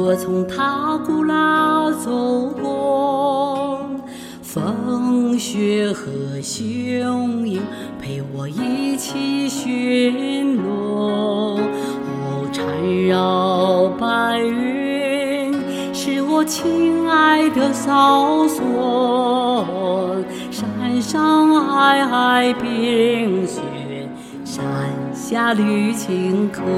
我从他古老走过，风雪和雄鹰陪我一起巡逻。缠绕白云是我亲爱的哨所，山上皑皑冰雪，山下绿青稞。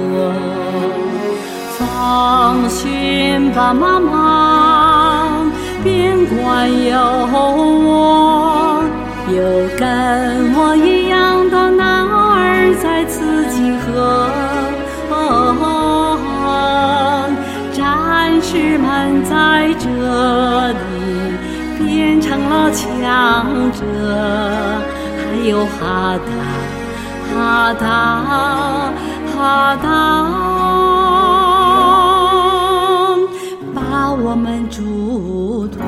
放心吧妈妈，边关有我，有跟我一样的男儿在此集合。战士们在这里变成了强者，还有哈达哈达哈达，把我们嘱托。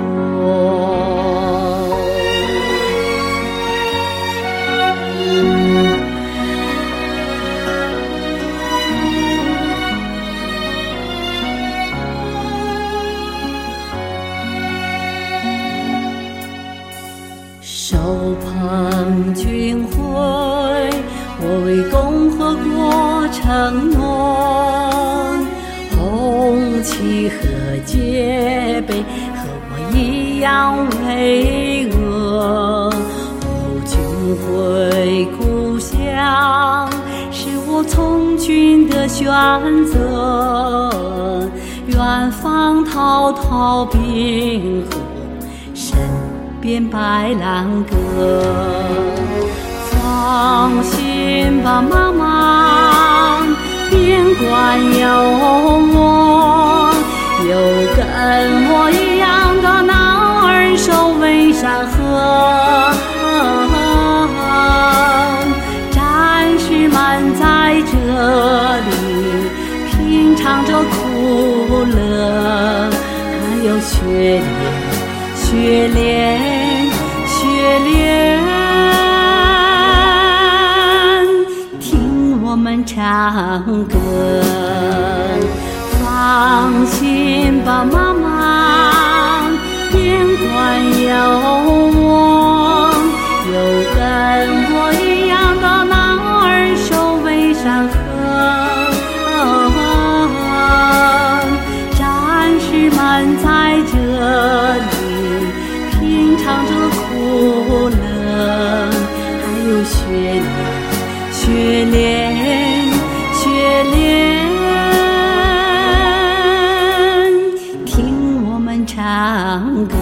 手捧军徽，我为共和国承诺，红旗和戒备和我一样巍峨。军回故乡是我从军的选择，远方滔滔冰河，边白兰鸽。放心吧妈妈，边关有我，有跟我一样的男儿守卫山河。战士们在这里品尝着苦乐，还有血炼，听我们唱歌。放心吧妈妈，边关有我，有跟我一样的男儿守卫山河。战士们在这里品尝着苦乐，还有血炼，听我们唱歌。